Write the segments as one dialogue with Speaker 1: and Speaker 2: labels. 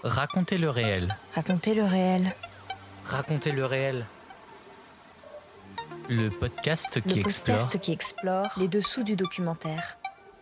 Speaker 1: Racontez le réel.
Speaker 2: Racontez le réel.
Speaker 1: Racontez le réel. Le podcast qui
Speaker 2: explore les dessous du documentaire.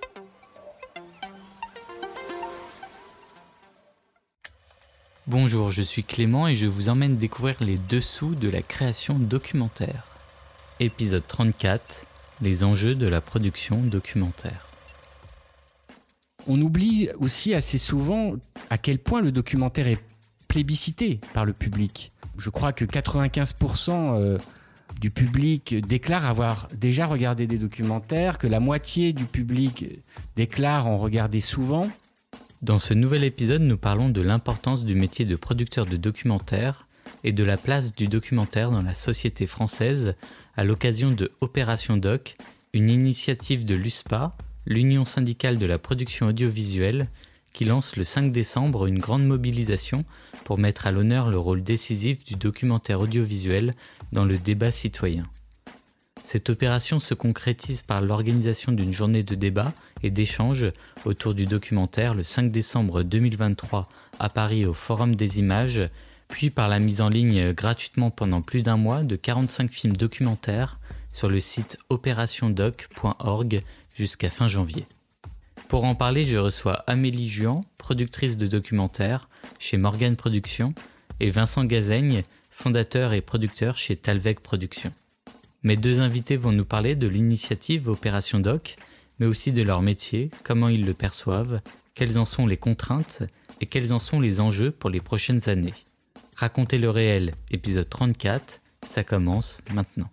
Speaker 1: Bonjour, je suis Clément et je vous emmène découvrir les dessous de la création documentaire. Épisode 34, les enjeux de la production documentaire.
Speaker 3: On oublie aussi assez souvent à quel point le documentaire est plébiscité par le public. Je crois que 95% du public déclare avoir déjà regardé des documentaires, que la moitié du public déclare en regarder souvent.
Speaker 1: Dans ce nouvel épisode, nous parlons de l'importance du métier de producteur de documentaire et de la place du documentaire dans la société française à l'occasion de Opération Doc, une initiative de l'USPA, l'Union syndicale de la production audiovisuelle, qui lance le 5 décembre une grande mobilisation pour mettre à l'honneur le rôle décisif du documentaire audiovisuel dans le débat citoyen. Cette opération se concrétise par l'organisation d'une journée de débat et d'échange autour du documentaire le 5 décembre 2023 à Paris au Forum des Images, puis par la mise en ligne gratuitement pendant plus d'un mois de 45 films documentaires sur le site opérationdoc.org jusqu'à fin janvier. Pour en parler, je reçois Amélie Juan, productrice de documentaires chez Morgan Productions, et Vincent Gazaigne, fondateur et producteur chez Talvec Productions. Mes deux invités vont nous parler de l'initiative Opération Doc, mais aussi de leur métier, comment ils le perçoivent, quelles en sont les contraintes et quels en sont les enjeux pour les prochaines années. Racontez le réel, épisode 34, ça commence maintenant.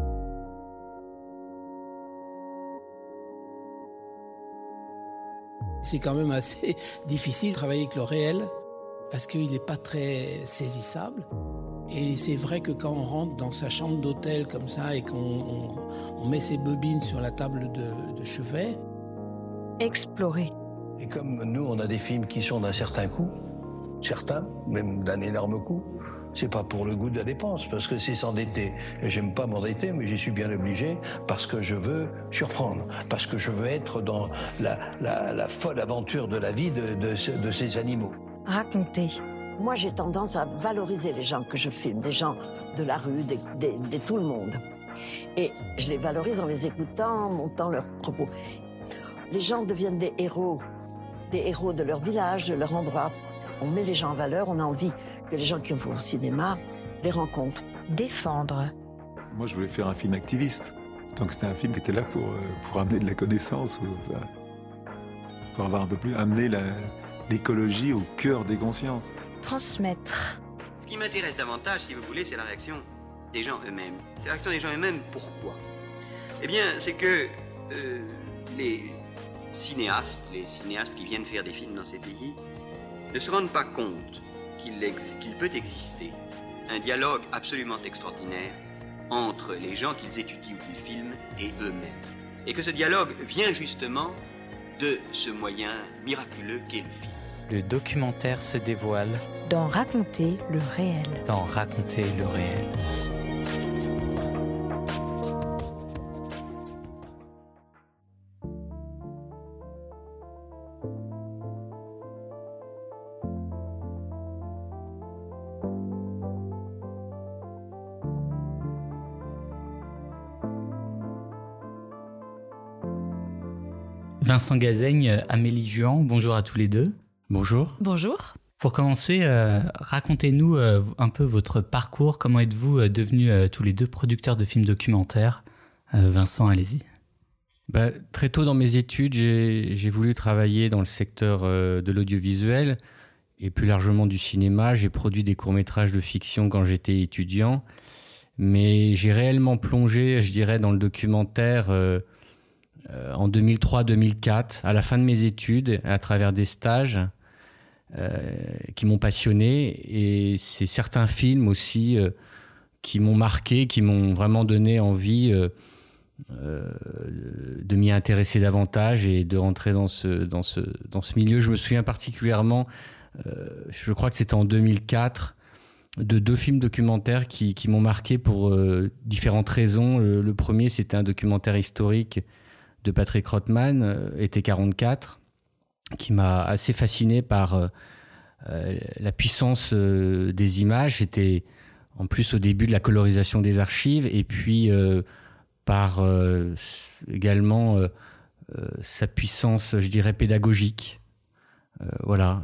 Speaker 4: C'est quand même assez difficile de travailler avec le réel parce qu'il n'est pas très saisissable. Et c'est vrai que quand on rentre dans sa chambre d'hôtel comme ça et qu'on met ses bobines sur la table de chevet...
Speaker 2: Explorer.
Speaker 5: Et comme nous, on a des films qui sont d'un certain coût, certains, même d'un énorme coût, c'est pas pour le goût de la dépense, parce que c'est s'endetter. Et j'aime pas m'endetter, mais j'y suis bien obligé, parce que je veux surprendre, parce que je veux être dans la folle aventure de la vie de ces animaux.
Speaker 2: Raconter.
Speaker 6: Moi, j'ai tendance à valoriser les gens que je filme, des gens de la rue, de tout le monde. Et je les valorise en les écoutant, en montant leurs propos. Les gens deviennent des héros de leur village, de leur endroit. On met les gens en valeur, on a envie que les gens qui vont au cinéma les rencontrent.
Speaker 2: Défendre.
Speaker 7: Moi, je voulais faire un film activiste. Donc c'était un film qui était là pour amener de la connaissance, pour avoir un peu plus, amener l'écologie au cœur des consciences.
Speaker 2: Transmettre.
Speaker 8: Ce qui m'intéresse davantage, si vous voulez, c'est la réaction des gens eux-mêmes. C'est la réaction des gens eux-mêmes, pourquoi ? Eh bien, c'est que les cinéastes qui viennent faire des films dans ces pays, ne se rendent pas compte qu'il peut exister un dialogue absolument extraordinaire entre les gens qu'ils étudient ou qu'ils filment et eux-mêmes. Et que ce dialogue vient justement de ce moyen miraculeux qu'est le film.
Speaker 1: Le documentaire se dévoile
Speaker 2: dans Raconter le réel.
Speaker 1: Dans Raconter le réel. Vincent Gazaigne, Amélie Juan, bonjour à tous les deux.
Speaker 3: Bonjour.
Speaker 2: Bonjour.
Speaker 1: Pour commencer, racontez-nous un peu votre parcours. Comment êtes-vous devenus tous les deux producteurs de films documentaires ? Vincent, allez-y.
Speaker 3: Très tôt dans mes études, j'ai voulu travailler dans le secteur de l'audiovisuel et plus largement du cinéma. J'ai produit des courts-métrages de fiction quand j'étais étudiant, mais j'ai réellement plongé, je dirais, dans le documentaire en 2003-2004, à la fin de mes études, à travers des stages qui m'ont passionné. Et c'est certains films aussi qui m'ont marqué, qui m'ont vraiment donné envie de m'y intéresser davantage et de rentrer dans ce milieu. Je me souviens particulièrement, je crois que c'était en 2004, de deux films documentaires qui m'ont marqué pour différentes raisons. Le premier, c'était un documentaire historique de Patrick Rothman, Été 44, qui m'a assez fasciné par la puissance des images. C'était en plus au début de la colorisation des archives, et puis par également sa puissance, je dirais, pédagogique. Voilà,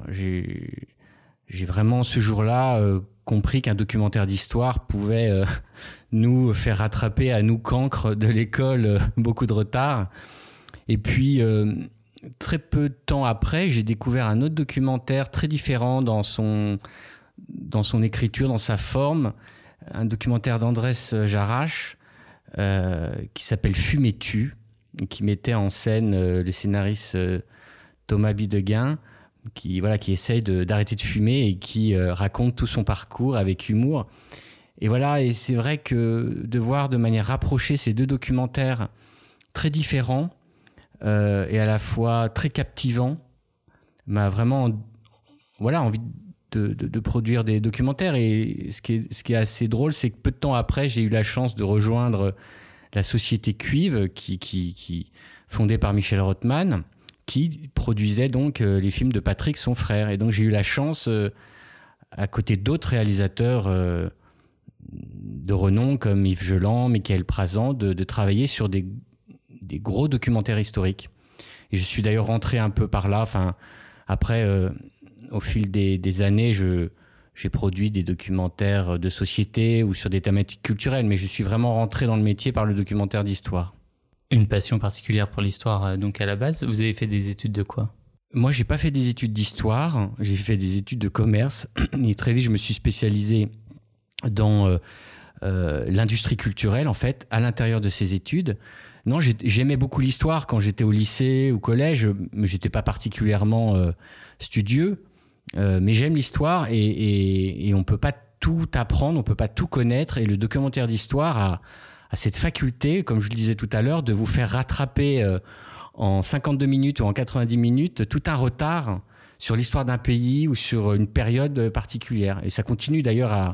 Speaker 3: j'ai vraiment ce jour-là compris qu'un documentaire d'histoire pouvait nous faire rattraper à nous cancres de l'école beaucoup de retard. Et puis, très peu de temps après, j'ai découvert un autre documentaire très différent dans son écriture, dans sa forme, un documentaire d'Andrés Jarach qui s'appelle Fumais-tu, qui mettait en scène le scénariste Thomas Bidegain, qui essaye d'arrêter de fumer et qui raconte tout son parcours avec humour. Et voilà, et c'est vrai que de voir de manière rapprochée ces deux documentaires très différents et à la fois très captivants m'a vraiment envie de produire des documentaires. Et ce qui est assez drôle, c'est que peu de temps après, j'ai eu la chance de rejoindre la société Cuivre, qui fondée par Michel Rothman, qui produisait donc les films de Patrick, son frère. Et donc j'ai eu la chance, à côté d'autres réalisateurs de renom comme Yves Geland, Michael Prazan, de travailler sur des gros documentaires historiques. Et je suis d'ailleurs rentré un peu par là. Enfin, après, au fil des années, j'ai produit des documentaires de société ou sur des thématiques culturelles, mais je suis vraiment rentré dans le métier par le documentaire d'histoire.
Speaker 1: Une passion particulière pour l'histoire, donc à la base. Vous avez fait des études de quoi ?
Speaker 3: Moi, j'ai pas fait des études d'histoire, j'ai fait des études de commerce. Et très vite, je me suis spécialisé dans l'industrie culturelle, en fait, à l'intérieur de ces études. Non, j'aimais beaucoup l'histoire quand j'étais au lycée ou collège, mais j'étais pas particulièrement studieux. Mais j'aime l'histoire et on peut pas tout apprendre, on peut pas tout connaître. Et le documentaire d'histoire a cette faculté, comme je le disais tout à l'heure, de vous faire rattraper en 52 minutes ou en 90 minutes tout un retard sur l'histoire d'un pays ou sur une période particulière. Et ça continue d'ailleurs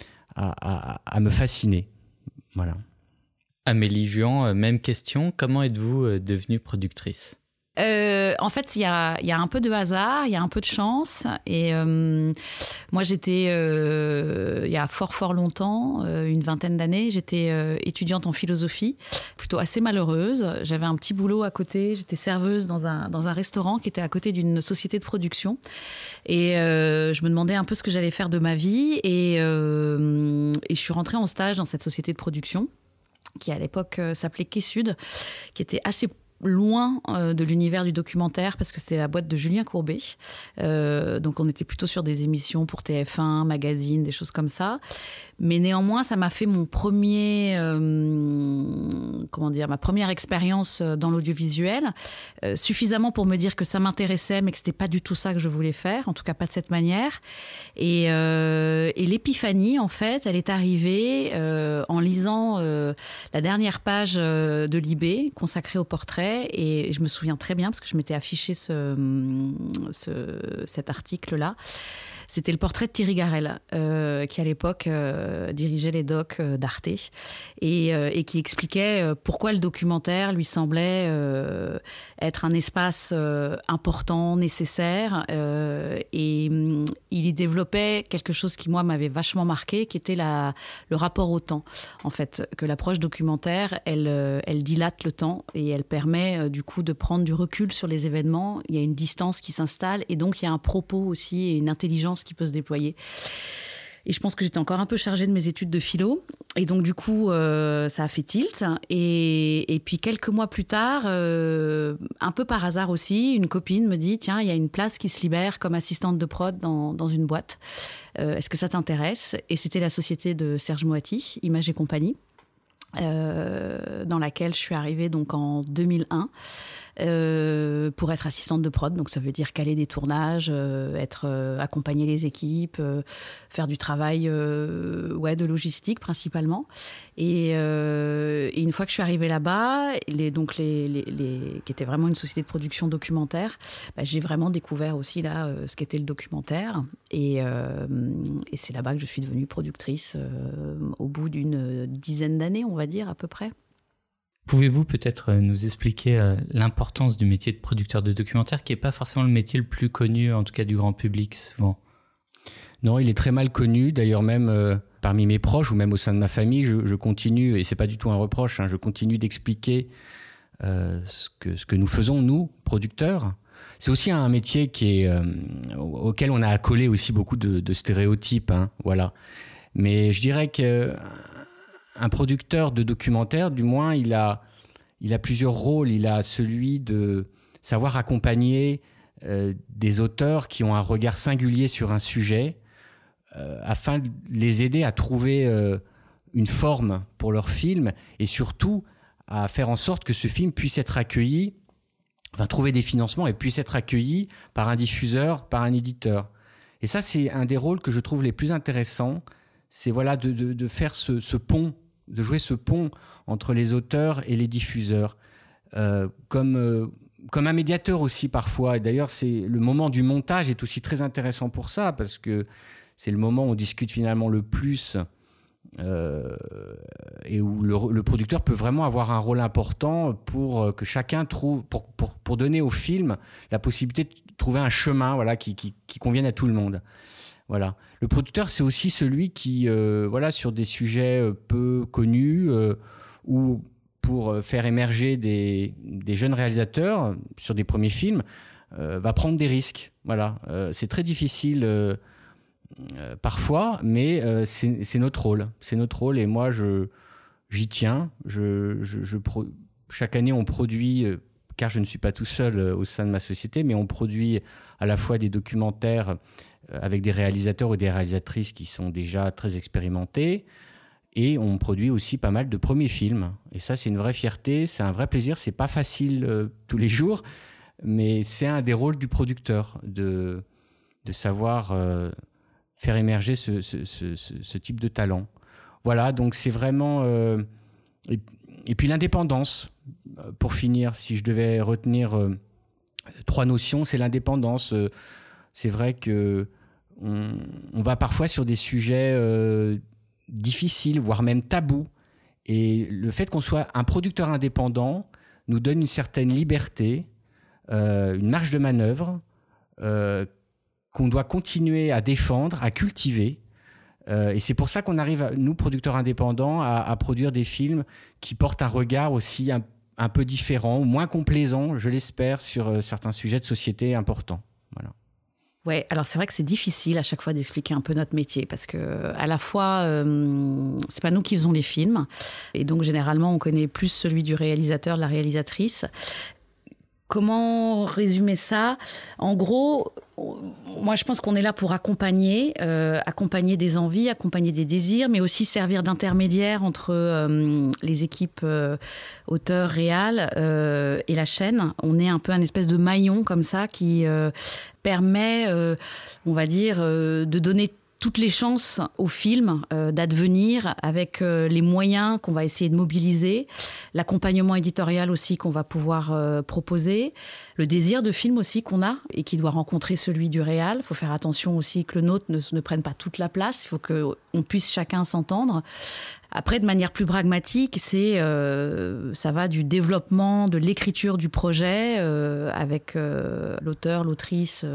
Speaker 3: à me fasciner. Voilà.
Speaker 1: Amélie Juan, même question. Comment êtes-vous devenue productrice ?
Speaker 9: En fait, il y a un peu de hasard, il y a un peu de chance. Et moi, j'étais, il y a fort longtemps, une vingtaine d'années, j'étais étudiante en philosophie, plutôt assez malheureuse. J'avais un petit boulot à côté, j'étais serveuse dans un restaurant qui était à côté d'une société de production. Et je me demandais un peu ce que j'allais faire de ma vie. Et je suis rentrée en stage dans cette société de production, qui à l'époque s'appelait Quai Sud, qui était assez loin de l'univers du documentaire parce que c'était la boîte de Julien Courbet. Donc on était plutôt sur des émissions pour TF1, magazine, des choses comme ça. Mais néanmoins, ça m'a fait ma première expérience dans l'audiovisuel, suffisamment pour me dire que ça m'intéressait, mais que c'était pas du tout ça que je voulais faire, en tout cas pas de cette manière. Et l'épiphanie, en fait, elle est arrivée en lisant la dernière page de Libé consacrée au portrait. Et je me souviens très bien parce que je m'étais affiché cet article-là. C'était le portrait de Thierry Garel, qui à l'époque dirigeait les docs d'Arte et qui expliquait pourquoi le documentaire lui semblait être un espace important, nécessaire. Et il y développait quelque chose qui, moi, m'avait vachement marqué, qui était le rapport au temps. En fait, que l'approche documentaire, elle dilate le temps et elle permet du coup de prendre du recul sur les événements. Il y a une distance qui s'installe et donc il y a un propos aussi et une intelligence qui peut se déployer. Et je pense que j'étais encore un peu chargée de mes études de philo. Et donc, du coup, ça a fait tilt. Et puis, quelques mois plus tard, un peu par hasard aussi, une copine me dit « Tiens, il y a une place qui se libère comme assistante de prod dans une boîte. Est-ce que ça t'intéresse ?» Et c'était la société de Serge Moati, Images et Compagnie, dans laquelle je suis arrivée donc, en 2001. Pour être assistante de prod, donc ça veut dire caler des tournages, accompagner les équipes, faire du travail de logistique principalement. Et une fois que je suis arrivée là-bas, qui était vraiment une société de production documentaire, j'ai vraiment découvert aussi là ce qu'était le documentaire. Et c'est là-bas que je suis devenue productrice au bout d'une dizaine d'années, on va dire à peu près.
Speaker 1: Pouvez-vous peut-être nous expliquer l'importance du métier de producteur de documentaire, qui n'est pas forcément le métier le plus connu, en tout cas du grand public souvent ?
Speaker 3: Non, il est très mal connu. D'ailleurs, même parmi mes proches ou même au sein de ma famille, je continue, et c'est pas du tout un reproche, je continue d'expliquer ce que nous faisons, nous, producteurs. C'est aussi un métier auquel on a accolé aussi beaucoup de stéréotypes. Voilà. Mais je dirais qu'un producteur de documentaire, du moins, il a plusieurs rôles. Il a celui de savoir accompagner des auteurs qui ont un regard singulier sur un sujet, afin de les aider à trouver une forme pour leur film et surtout à faire en sorte que ce film puisse être accueilli, trouver des financements et puisse être accueilli par un diffuseur, par un éditeur. Et ça, c'est un des rôles que je trouve les plus intéressants. C'est de faire ce pont, de jouer ce pont entre les auteurs et les diffuseurs. Comme un médiateur aussi parfois. Et d'ailleurs, le moment du montage est aussi très intéressant pour ça, parce que c'est le moment où on discute finalement le plus et où le producteur peut vraiment avoir un rôle important pour que chacun trouve, pour donner au film la possibilité de trouver un chemin qui convienne à tout le monde. Voilà. Le producteur, c'est aussi celui qui, sur des sujets peu connus ou pour faire émerger des jeunes réalisateurs sur des premiers films, va prendre des risques. Voilà. C'est très difficile parfois, mais c'est notre rôle. C'est notre rôle et moi, j'y tiens. Chaque année, on produit, car je ne suis pas tout seul au sein de ma société, mais on produit à la fois des documentaires avec des réalisateurs ou des réalisatrices qui sont déjà très expérimentés, et on produit aussi pas mal de premiers films. Et ça, c'est une vraie fierté, c'est un vrai plaisir. C'est pas facile tous les jours, mais c'est un des rôles du producteur de savoir faire émerger ce type de talent. Voilà, donc c'est vraiment... Et puis l'indépendance, pour finir, si je devais retenir 3 notions, c'est l'indépendance. C'est vrai qu'on va parfois sur des sujets difficiles, voire même tabous. Et le fait qu'on soit un producteur indépendant nous donne une certaine liberté, une marge de manœuvre qu'on doit continuer à défendre, à cultiver. Et c'est pour ça qu'on arrive, nous, producteurs indépendants, à produire des films qui portent un regard aussi un peu différent, ou moins complaisant, je l'espère, sur certains sujets de société importants. Voilà.
Speaker 9: Ouais, alors c'est vrai que c'est difficile à chaque fois d'expliquer un peu notre métier parce que à la fois c'est pas nous qui faisons les films et donc généralement on connaît plus celui du réalisateur, de la réalisatrice. Comment résumer ça ? En gros, moi je pense qu'on est là pour accompagner des envies, accompagner des désirs, mais aussi servir d'intermédiaire entre les équipes auteurs, réals et la chaîne. On est un peu un espèce de maillon comme ça qui permet, on va dire, de donner toutes les chances au film d'advenir avec les moyens qu'on va essayer de mobiliser, l'accompagnement éditorial aussi qu'on va pouvoir proposer, le désir de film aussi qu'on a et qui doit rencontrer celui du réal. Il faut faire attention aussi que le nôtre ne prenne pas toute la place, il faut qu'on puisse chacun s'entendre. Après, de manière plus pragmatique, ça va du développement, de l'écriture du projet avec l'auteur, l'autrice,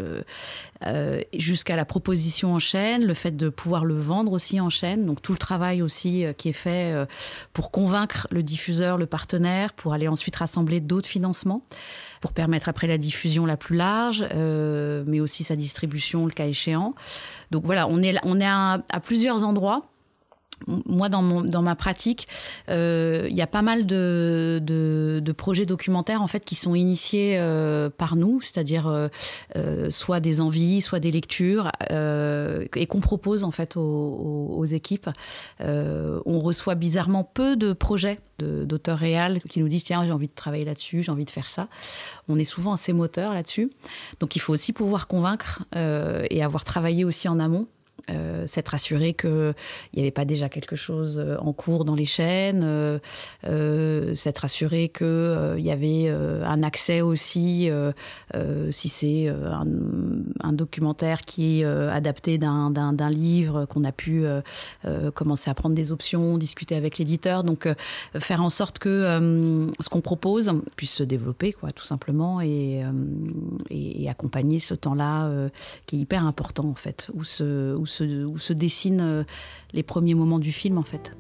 Speaker 9: jusqu'à la proposition en chaîne, le fait de pouvoir le vendre aussi en chaîne. Donc tout le travail aussi qui est fait pour convaincre le diffuseur, le partenaire, pour aller ensuite rassembler d'autres financements, pour permettre après la diffusion la plus large, mais aussi sa distribution le cas échéant. Donc voilà, on est à plusieurs endroits. Moi, dans ma pratique, il y a pas mal de projets documentaires en fait qui sont initiés par nous, c'est-à-dire soit des envies, soit des lectures, et qu'on propose en fait aux équipes. On reçoit bizarrement peu de projets d'auteurs réals qui nous disent tiens, j'ai envie de travailler là-dessus, j'ai envie de faire ça. On est souvent assez moteur là-dessus, donc il faut aussi pouvoir convaincre et avoir travaillé aussi en amont. s'être assuré qu'il n'y avait pas déjà quelque chose en cours dans les chaînes, s'être assuré qu'il y avait un accès aussi, si c'est un documentaire qui est adapté d'un livre, qu'on a pu commencer à prendre des options, discuter avec l'éditeur. Donc, faire en sorte que ce qu'on propose puisse se développer, quoi, tout simplement, et accompagner ce temps-là qui est hyper important, en fait, où se dessinent les premiers moments du film, en fait.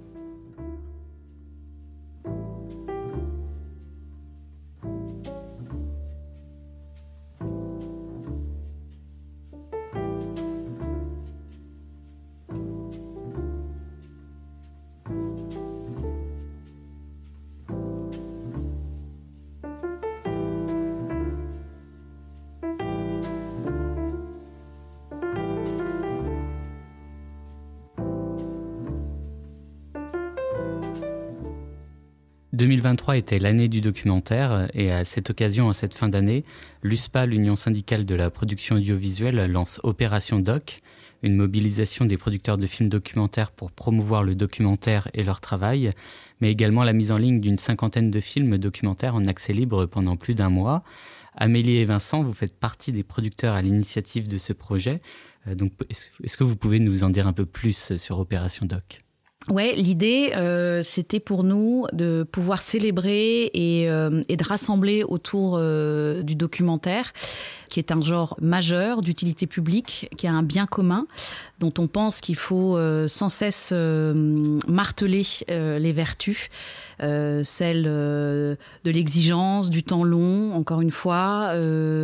Speaker 1: « 2023 était l'année du documentaire et à cette occasion, en cette fin d'année, l'USPA, l'Union syndicale de la production audiovisuelle, lance Opération Doc, une mobilisation des producteurs de films documentaires pour promouvoir le documentaire et leur travail, mais également la mise en ligne d'une 50aine de films documentaires en accès libre pendant plus d'1 mois. Amélie et Vincent, vous faites partie des producteurs à l'initiative de ce projet. Donc, est-ce que vous pouvez nous en dire un peu plus sur Opération Doc ?
Speaker 9: Ouais, l'idée, c'était pour nous de pouvoir célébrer et de rassembler autour du documentaire, qui est un genre majeur d'utilité publique, qui a un bien commun, dont on pense qu'il faut sans cesse marteler les vertus, celle de l'exigence, du temps long, encore une fois,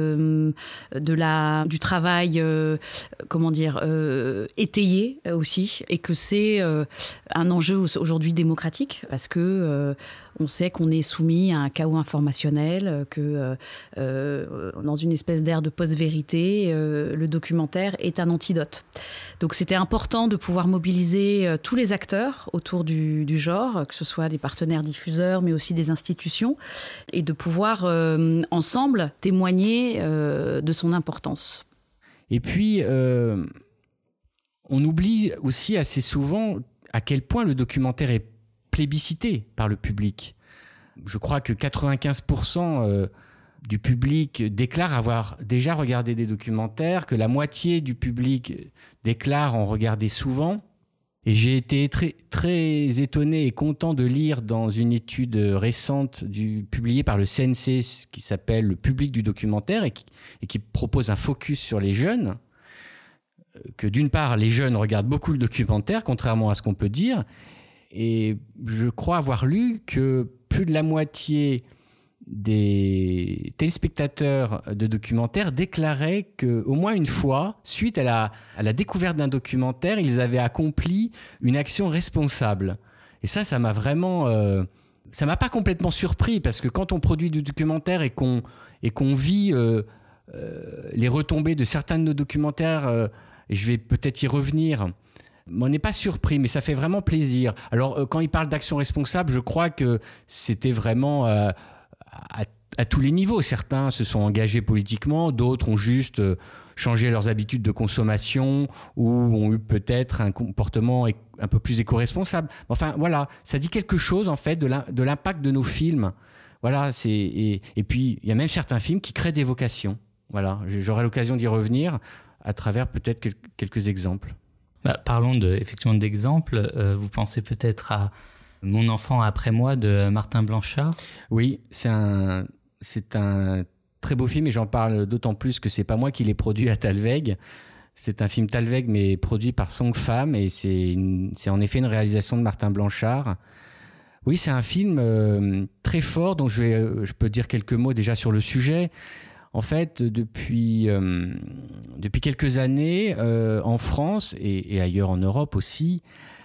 Speaker 9: du travail, étayé aussi, et que c'est un enjeu aujourd'hui démocratique, parce que on sait qu'on est soumis à un chaos informationnel, que dans une espèce d'ère de post-vérité, le documentaire est un antidote. Donc c'était important de pouvoir mobiliser tous les acteurs autour du genre, que ce soit des partenaires diffuseurs, mais aussi des institutions, et de pouvoir ensemble témoigner de son importance.
Speaker 3: Et puis, on oublie aussi assez souvent à quel point le documentaire est plébiscité par le public. Je crois que 95% du public déclare avoir déjà regardé des documentaires, que la moitié du public déclare en regarder souvent. Et j'ai été très, très étonné et content de lire dans une étude récente publiée par le CNC, qui s'appelle « Le public du documentaire » et qui propose un focus sur les jeunes, que d'une part, les jeunes regardent beaucoup le documentaire, contrairement à ce qu'on peut dire. Et je crois avoir lu que plus de la moitié des téléspectateurs de documentaires déclaraient qu'au moins une fois, suite à la découverte d'un documentaire, ils avaient accompli une action responsable. Et ça m'a vraiment... ça m'a pas complètement surpris, parce que quand on produit du documentaire et qu'on vit les retombées de certains de nos documentaires, et je vais peut-être y revenir... On n'est pas surpris, mais ça fait vraiment plaisir. Alors, quand il parle d'action responsable, je crois que c'était vraiment à tous les niveaux. Certains se sont engagés politiquement, d'autres ont juste changé leurs habitudes de consommation ou ont eu peut-être un comportement un peu plus éco-responsable. Enfin, voilà, ça dit quelque chose, en fait, de l'impact de nos films. Voilà, et puis, il y a même certains films qui créent des vocations. Voilà, j'aurai l'occasion d'y revenir à travers peut-être quelques exemples.
Speaker 1: Parlons effectivement d'exemples. Vous pensez peut-être à Mon enfant après moi de Martin Blanchard ?
Speaker 3: Oui, c'est un très beau film et j'en parle d'autant plus que c'est pas moi qui l'ai produit à Talweg. C'est un film Talweg mais produit par Song Fam et c'est en effet une réalisation de Martin Blanchard. Oui, c'est un film très fort dont je peux dire quelques mots déjà sur le sujet. En fait, depuis quelques années, en France et ailleurs en Europe aussi,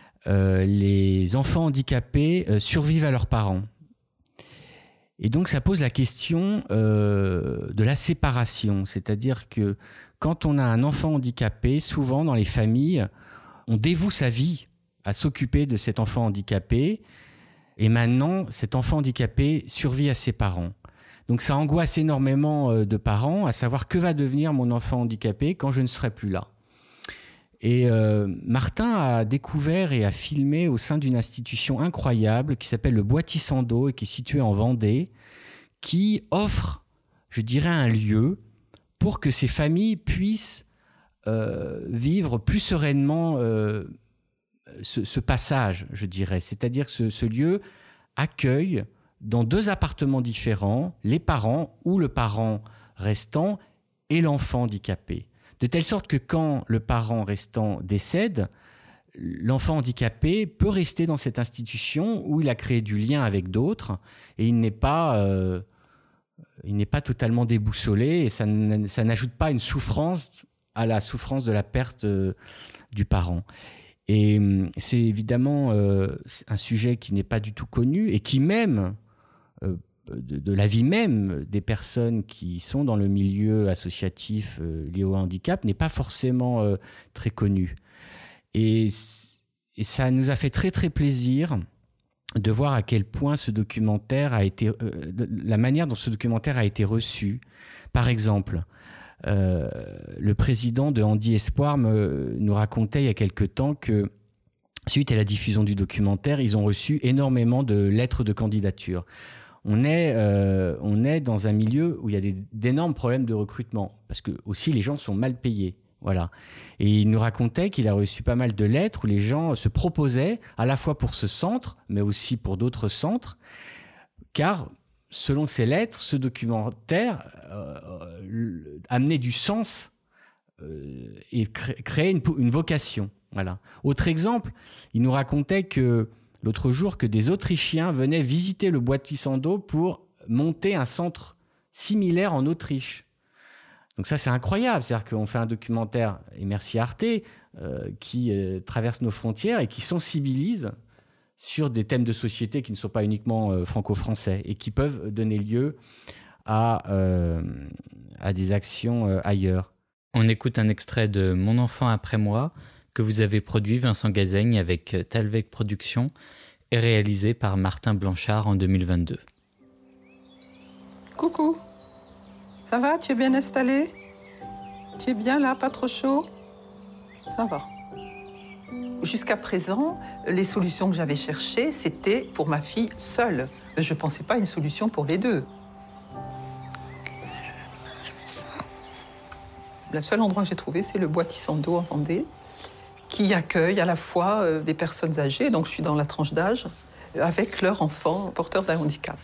Speaker 3: les enfants handicapés survivent à leurs parents. Et donc, ça pose la question de la séparation. C'est-à-dire que quand on a un enfant handicapé, souvent dans les familles, on dévoue sa vie à s'occuper de cet enfant handicapé. Et maintenant, cet enfant handicapé survit à ses parents. Donc ça angoisse énormément de parents, à savoir que va devenir mon enfant handicapé quand je ne serai plus là. Et Martin a découvert et a filmé au sein d'une institution incroyable qui s'appelle le Bois Tissando et qui est située en Vendée, qui offre, je dirais, un lieu pour que ces familles puissent vivre plus sereinement ce passage, je dirais. C'est-à-dire que ce lieu accueille dans 2 appartements différents les parents ou le parent restant et l'enfant handicapé. De telle sorte que quand le parent restant décède, l'enfant handicapé peut rester dans cette institution où il a créé du lien avec d'autres et il n'est pas totalement déboussolé et ça n'ajoute pas une souffrance à la souffrance de la perte du parent. Et c'est évidemment un sujet qui n'est pas du tout connu et qui même, de la vie même des personnes qui sont dans le milieu associatif lié au handicap, n'est pas forcément très connu. Et ça nous a fait très très plaisir de voir à quel point ce documentaire a été, la manière dont ce documentaire a été reçu. Par exemple, le président de Handi Espoir nous racontait il y a quelque temps que suite à la diffusion du documentaire, ils ont reçu énormément de lettres de candidature. On est dans un milieu où il y a d'énormes problèmes de recrutement parce que aussi les gens sont mal payés. Voilà. Et il nous racontait qu'il a reçu pas mal de lettres où les gens se proposaient à la fois pour ce centre, mais aussi pour d'autres centres, car selon ces lettres, ce documentaire amenait du sens et créait une vocation. Voilà. Autre exemple, il nous racontait que l'autre jour que des Autrichiens venaient visiter le Bois Tissando pour monter un centre similaire en Autriche. Donc ça, c'est incroyable. C'est-à-dire qu'on fait un documentaire, et merci Arte, qui traverse nos frontières et qui sensibilise sur des thèmes de société qui ne sont pas uniquement franco-français et qui peuvent donner lieu à des actions ailleurs.
Speaker 1: On écoute un extrait de Mon enfant après moi, que vous avez produit, Vincent Gazaigne, avec Talvec Productions et réalisé par Martin Blanchard en 2022.
Speaker 10: Coucou, ça va? Tu es bien installé? Tu es bien là, pas trop chaud? Ça va. Jusqu'à présent, les solutions que j'avais cherchées, c'était pour ma fille seule. Je ne pensais pas à une solution pour les deux. Le seul endroit que j'ai trouvé, c'est le Bois Tissando en Vendée, qui accueille à la fois des personnes âgées, donc je suis dans la tranche d'âge, avec leurs enfants porteurs d'un handicap.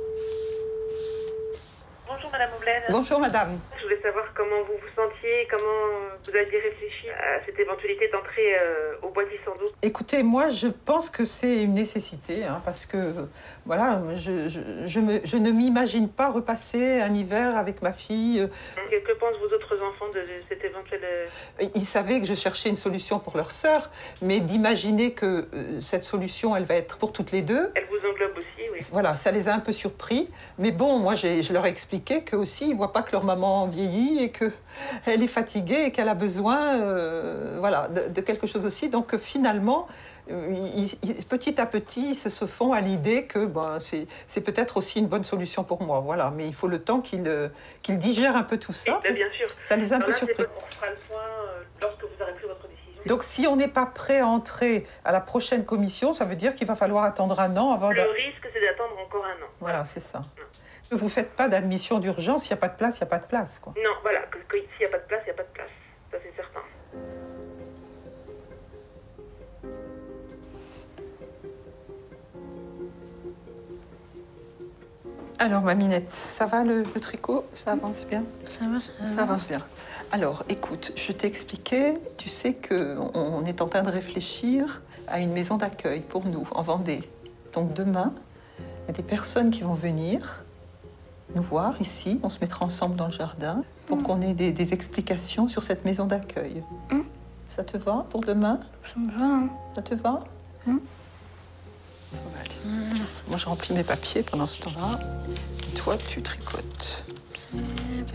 Speaker 11: Bonjour Madame Oublaine.
Speaker 10: Bonjour Madame.
Speaker 11: Je voulais savoir comment vous vous sentiez, comment vous aviez réfléchi à cette éventualité d'entrer au Bois Tissando.
Speaker 10: Écoutez, moi je pense que c'est une nécessité, parce que voilà, je ne m'imagine pas repasser un hiver avec ma fille.
Speaker 11: Que pensent vos autres enfants de cette éventuelle...
Speaker 10: Ils savaient que je cherchais une solution pour leur sœur, mais d'imaginer que cette solution, elle va être pour toutes les deux.
Speaker 11: Elle vous englobe aussi, oui.
Speaker 10: Voilà, ça les a un peu surpris. Mais bon, moi, je leur ai expliqué qu'eux aussi, ils ne voient pas que leur maman vieillit et qu'elle est fatiguée et qu'elle a besoin de quelque chose aussi. Donc finalement, petit à petit, ils se font à l'idée que c'est peut-être aussi une bonne solution pour moi. Voilà. Mais il faut le temps qu'ils digèrent un peu tout ça.
Speaker 11: Oui, bien sûr.
Speaker 10: Ça les a un peu surpris.
Speaker 11: On fera le point lorsque vous aurez pris votre décision.
Speaker 10: Donc si on n'est pas prêt à entrer à la prochaine commission, ça veut dire qu'il va falloir attendre un an avant...
Speaker 11: Le risque, c'est d'attendre encore un an.
Speaker 10: Voilà, c'est ça. Vous ne faites pas d'admission d'urgence, s'il n'y a pas de place, il n'y a pas de place, quoi.
Speaker 11: Non, voilà, s'il n'y a pas de place, il n'y a pas de place. Ça, c'est certain.
Speaker 10: Alors, ma Minette, ça va le tricot? Ça avance bien?
Speaker 12: Ça va,
Speaker 10: ça avance bien. Alors, écoute, je t'ai expliqué, tu sais qu'on est en train de réfléchir à une maison d'accueil pour nous, en Vendée. Donc demain, il y a des personnes qui vont venir nous voir ici. On se mettra ensemble dans le jardin pour qu'on ait des explications sur cette maison d'accueil. Ça te va pour demain?
Speaker 12: Ça me va.
Speaker 10: Ça te va? Ça va aller. Moi, je remplis mes papiers pendant ce temps-là. Et toi, tu tricotes.
Speaker 12: Super.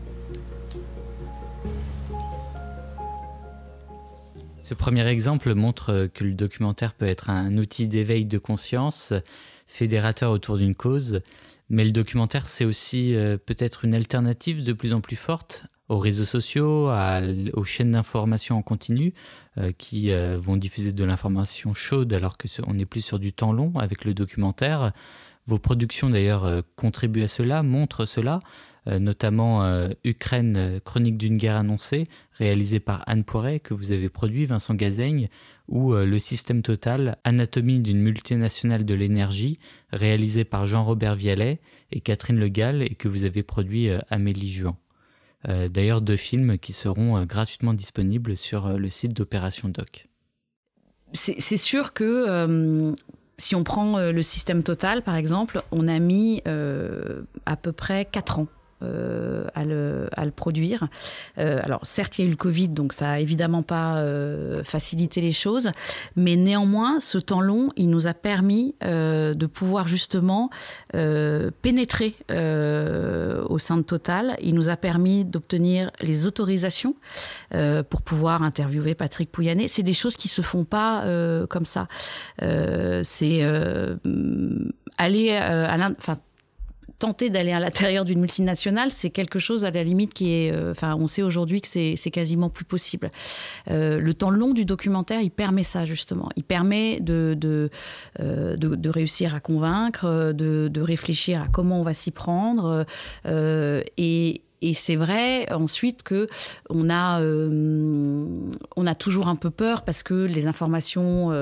Speaker 1: Ce premier exemple montre que le documentaire peut être un outil d'éveil de conscience, fédérateur autour d'une cause, mais le documentaire, c'est aussi peut-être une alternative de plus en plus forte aux réseaux sociaux, aux chaînes d'information en continu qui vont diffuser de l'information chaude alors qu'on n'est plus sur du temps long avec le documentaire. Vos productions d'ailleurs contribuent à cela, montrent cela, notamment Ukraine, chronique d'une guerre annoncée, réalisé par Anne Poiret, que vous avez produit, Vincent Gazaigne, ou Le Système Total, anatomie d'une multinationale de l'énergie, réalisé par Jean-Robert Vialet et Catherine Le Gall, et que vous avez produit Amélie Juan. D'ailleurs, 2 films qui seront gratuitement disponibles sur le site d'Opération Doc.
Speaker 9: C'est sûr que si on prend Le Système Total, par exemple, on a mis à peu près 4 ans à le produire. Alors certes, il y a eu le Covid, donc ça n'a évidemment pas facilité les choses, mais néanmoins, ce temps long, il nous a permis de pouvoir justement pénétrer au sein de Total. Il nous a permis d'obtenir les autorisations pour pouvoir interviewer Patrick Pouyanné. C'est des choses qui ne se font pas comme ça. C'est aller tenter d'aller à l'intérieur d'une multinationale, c'est quelque chose à la limite qui est... on sait aujourd'hui que c'est quasiment plus possible. Le temps long du documentaire, il permet ça, justement. Il permet de réussir à convaincre, de réfléchir à comment on va s'y prendre. Et c'est vrai ensuite que on a toujours un peu peur parce que les informations,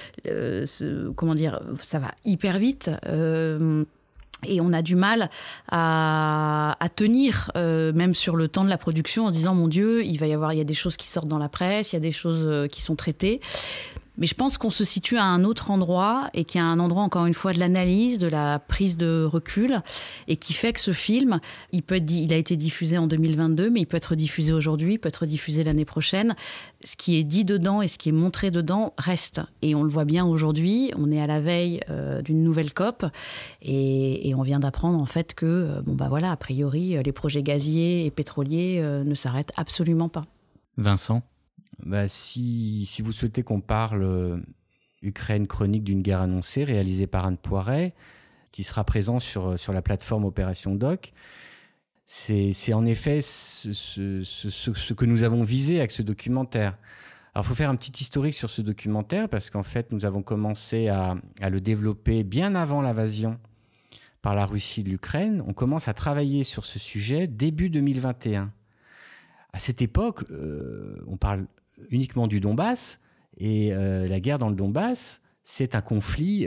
Speaker 9: ça va hyper vite. Et on a du mal à tenir, même sur le temps de la production, en disant, mon Dieu, il y a des choses qui sortent dans la presse, il y a des choses qui sont traitées. Mais je pense qu'on se situe à un autre endroit et qu'il y a un endroit, encore une fois, de l'analyse, de la prise de recul et qui fait que ce film, il a été diffusé en 2022, mais il peut être diffusé aujourd'hui, il peut être diffusé l'année prochaine. Ce qui est dit dedans et ce qui est montré dedans reste. Et on le voit bien aujourd'hui, on est à la veille d'une nouvelle COP et on vient d'apprendre en fait que, a priori, les projets gaziers et pétroliers ne s'arrêtent absolument pas.
Speaker 1: Vincent ?
Speaker 3: Si vous souhaitez qu'on parle Ukraine, chronique d'une guerre annoncée, réalisée par Anne Poiret, qui sera présent sur la plateforme Opération Doc, c'est en effet ce que nous avons visé avec ce documentaire. Alors, il faut faire un petit historique sur ce documentaire, parce qu'en fait, nous avons commencé à le développer bien avant l'invasion par la Russie de l'Ukraine. On commence à travailler sur ce sujet début 2021. À cette époque, on parle uniquement du Donbass, et la guerre dans le Donbass, c'est un conflit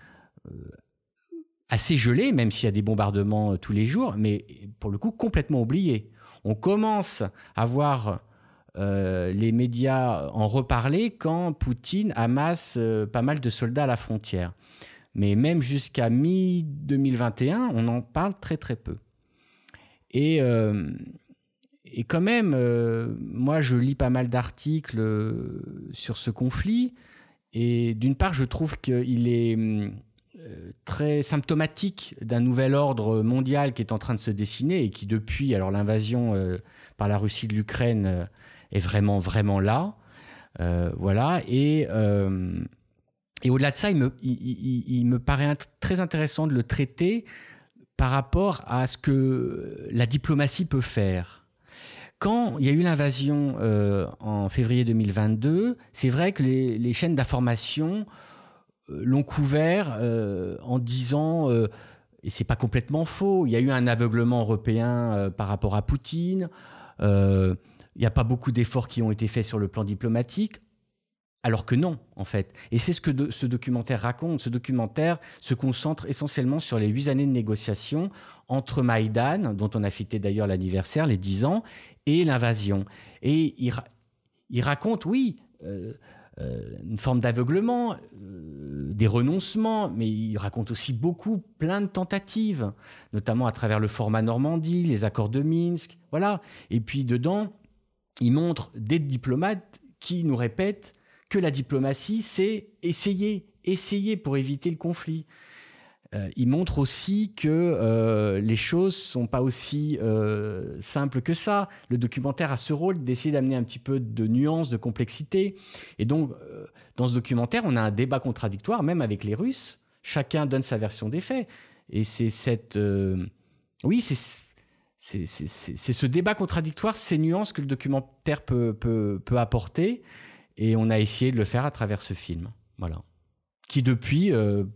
Speaker 3: assez gelé, même s'il y a des bombardements tous les jours, mais pour le coup complètement oublié. On commence à voir les médias en reparler quand Poutine amasse pas mal de soldats à la frontière. Mais même jusqu'à mi-2021, on en parle très très peu. Et quand même, moi, je lis pas mal d'articles sur ce conflit. Et d'une part, je trouve qu'il est très symptomatique d'un nouvel ordre mondial qui est en train de se dessiner et qui, depuis l'invasion par la Russie de l'Ukraine, est vraiment, vraiment là. Voilà. Et au-delà de ça, il me paraît très intéressant de le traiter par rapport à ce que la diplomatie peut faire. Quand il y a eu l'invasion en février 2022, c'est vrai que les chaînes d'information l'ont couvert en disant, et c'est pas complètement faux, il y a eu un aveuglement européen par rapport à Poutine, il n'y a pas beaucoup d'efforts qui ont été faits sur le plan diplomatique, alors que non, en fait. Et c'est ce que ce documentaire raconte. Ce documentaire se concentre essentiellement sur les 8 années de négociations entre Maïdan, dont on a fêté d'ailleurs l'anniversaire, les 10 ans, et l'invasion. Et il raconte, oui, une forme d'aveuglement, des renoncements, mais il raconte aussi plein de tentatives, notamment à travers le format Normandie, les accords de Minsk, voilà. Et puis dedans, il montre des diplomates qui nous répètent que la diplomatie, c'est essayer pour éviter le conflit. Il montre aussi que les choses ne sont pas aussi simples que ça. Le documentaire a ce rôle d'essayer d'amener un petit peu de nuance, de complexité. Et donc, dans ce documentaire, on a un débat contradictoire, même avec les Russes. Chacun donne sa version des faits. Et c'est c'est ce débat contradictoire, ces nuances que le documentaire peut apporter. Et on a essayé de le faire à travers ce film. Voilà. Qui, depuis,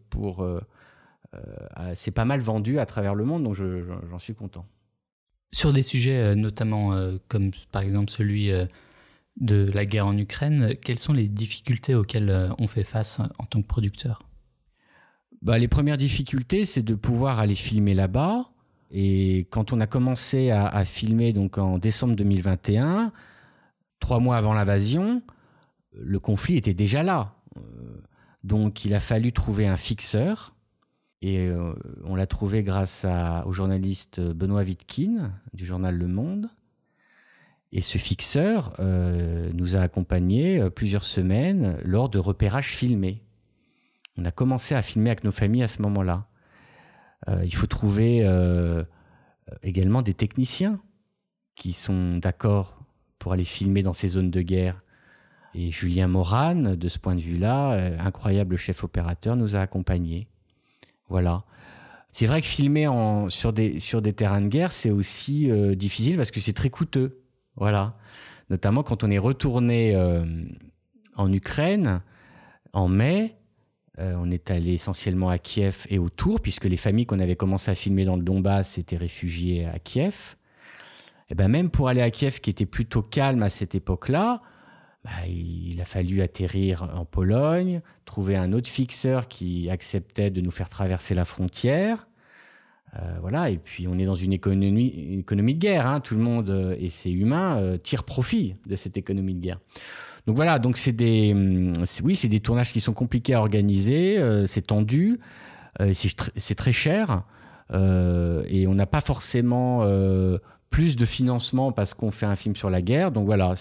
Speaker 3: s'est pas mal vendu à travers le monde, donc j'en suis content.
Speaker 1: Sur des sujets notamment comme par exemple celui de la guerre en Ukraine, quelles sont les difficultés auxquelles on fait face en tant que producteur ?
Speaker 3: Les premières difficultés, c'est de pouvoir aller filmer là-bas. Et quand on a commencé à filmer donc en décembre 2021, 3 mois avant l'invasion, le conflit était déjà là. Donc il a fallu trouver un fixeur. Et on l'a trouvé grâce au journaliste Benoît Wittkin du journal Le Monde. Et ce fixeur nous a accompagnés plusieurs semaines lors de repérages filmés. On a commencé à filmer avec nos familles à ce moment-là. Il faut trouver également des techniciens qui sont d'accord pour aller filmer dans ces zones de guerre. Et Julien Morane, de ce point de vue-là, incroyable chef opérateur, nous a accompagnés. Voilà. C'est vrai que filmer sur des terrains de guerre, c'est aussi difficile parce que c'est très coûteux. Voilà. Notamment quand on est retourné en Ukraine en mai, on est allé essentiellement à Kiev et autour, puisque les familles qu'on avait commencé à filmer dans le Donbass étaient réfugiées à Kiev. Et même pour aller à Kiev, qui était plutôt calme à cette époque-là, il a fallu atterrir en Pologne, trouver un autre fixeur qui acceptait de nous faire traverser la frontière. Voilà. Et puis on est dans une économie de guerre. Hein. Tout le monde, et c'est humain, tire profit de cette économie de guerre. Donc voilà, donc c'est des tournages qui sont compliqués à organiser, c'est tendu, c'est très cher, et on n'a pas forcément plus de financement parce qu'on fait un film sur la guerre. Donc voilà,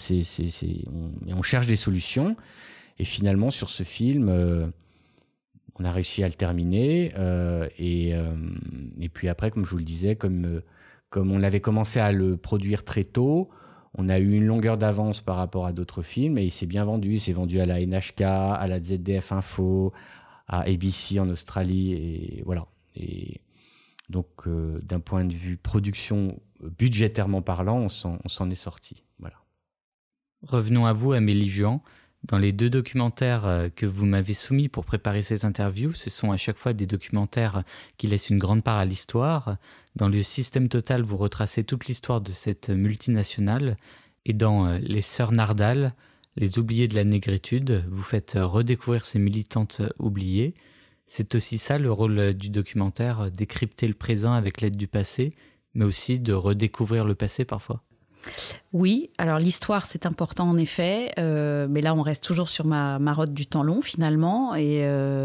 Speaker 3: on cherche des solutions. Et finalement, sur ce film, on a réussi à le terminer. Et puis après, comme je vous le disais, comme on avait commencé à le produire très tôt, on a eu une longueur d'avance par rapport à d'autres films et il s'est bien vendu. Il s'est vendu à la NHK, à la ZDF Info, à ABC en Australie. Et voilà. Et donc, d'un point de vue production, budgétairement parlant, on s'en est sorti. Voilà.
Speaker 1: Revenons à vous, Amélie Juan. Dans les 2 documentaires que vous m'avez soumis pour préparer cette interview, ce sont à chaque fois des documentaires qui laissent une grande part à l'histoire. Dans le Système Total, vous retracez toute l'histoire de cette multinationale. Et dans Les Sœurs Nardal, les oubliées de la négritude, vous faites redécouvrir ces militantes oubliées. C'est aussi ça le rôle du documentaire, décrypter le présent avec l'aide du passé, mais aussi de redécouvrir le passé parfois.
Speaker 9: Oui, alors l'histoire c'est important en effet, mais là on reste toujours sur ma marotte du temps long finalement, et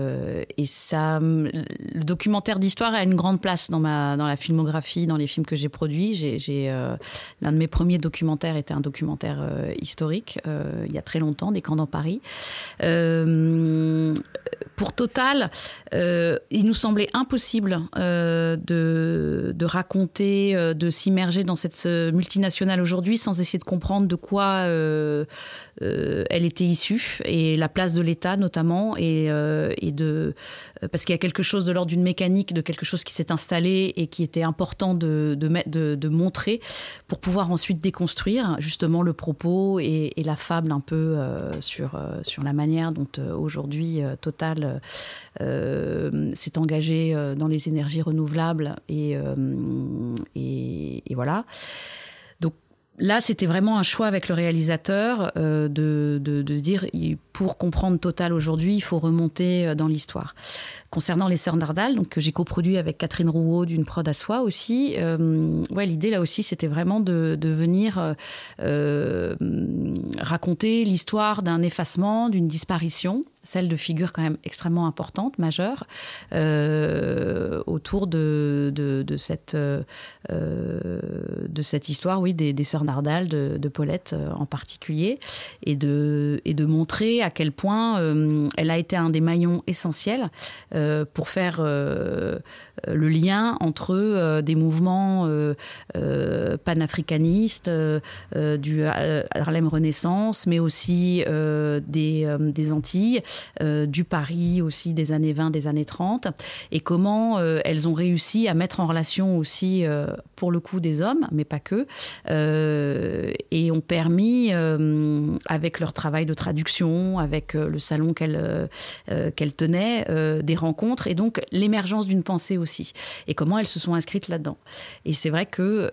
Speaker 9: ça, le documentaire d'histoire a une grande place dans la filmographie, dans les films que j'ai produits. L'un de mes premiers documentaires était un documentaire historique, il y a très longtemps, des camps dans Paris. Pour Total, il nous semblait impossible de raconter, de s'immerger dans cette multinationale aujourd'hui sans essayer de comprendre de quoi elle était issue et la place de l'État notamment, parce qu'il y a quelque chose de l'ordre d'une mécanique, de quelque chose qui s'est installé et qui était important de montrer pour pouvoir ensuite déconstruire justement le propos et la fable un peu sur la manière dont aujourd'hui Total s'est engagé dans les énergies renouvelables et voilà. Donc là, c'était vraiment un choix avec le réalisateur de se dire, pour comprendre Total aujourd'hui, il faut remonter dans l'histoire. Concernant Les Sœurs Nardal, donc, que j'ai coproduit avec Catherine Rouault d'une prod à soi aussi, l'idée là aussi, c'était vraiment de venir raconter l'histoire d'un effacement, d'une disparition, celle de figures quand même extrêmement importantes, majeures, autour de cette histoire, oui, des Sœurs Nardal, de Paulette en particulier, et de montrer à quel point elle a été un des maillons essentiels pour faire le lien entre des mouvements panafricanistes, du Harlem Renaissance, mais aussi des Antilles, du Paris aussi des années 20, des années 30, et comment elles ont réussi à mettre en relation aussi, pour le coup, des hommes, mais pas que, et ont permis, avec leur travail de traduction, avec le salon qu'elles tenaient, des rencontres, et donc l'émergence d'une pensée aussi, et comment elles se sont inscrites là-dedans. Et c'est vrai que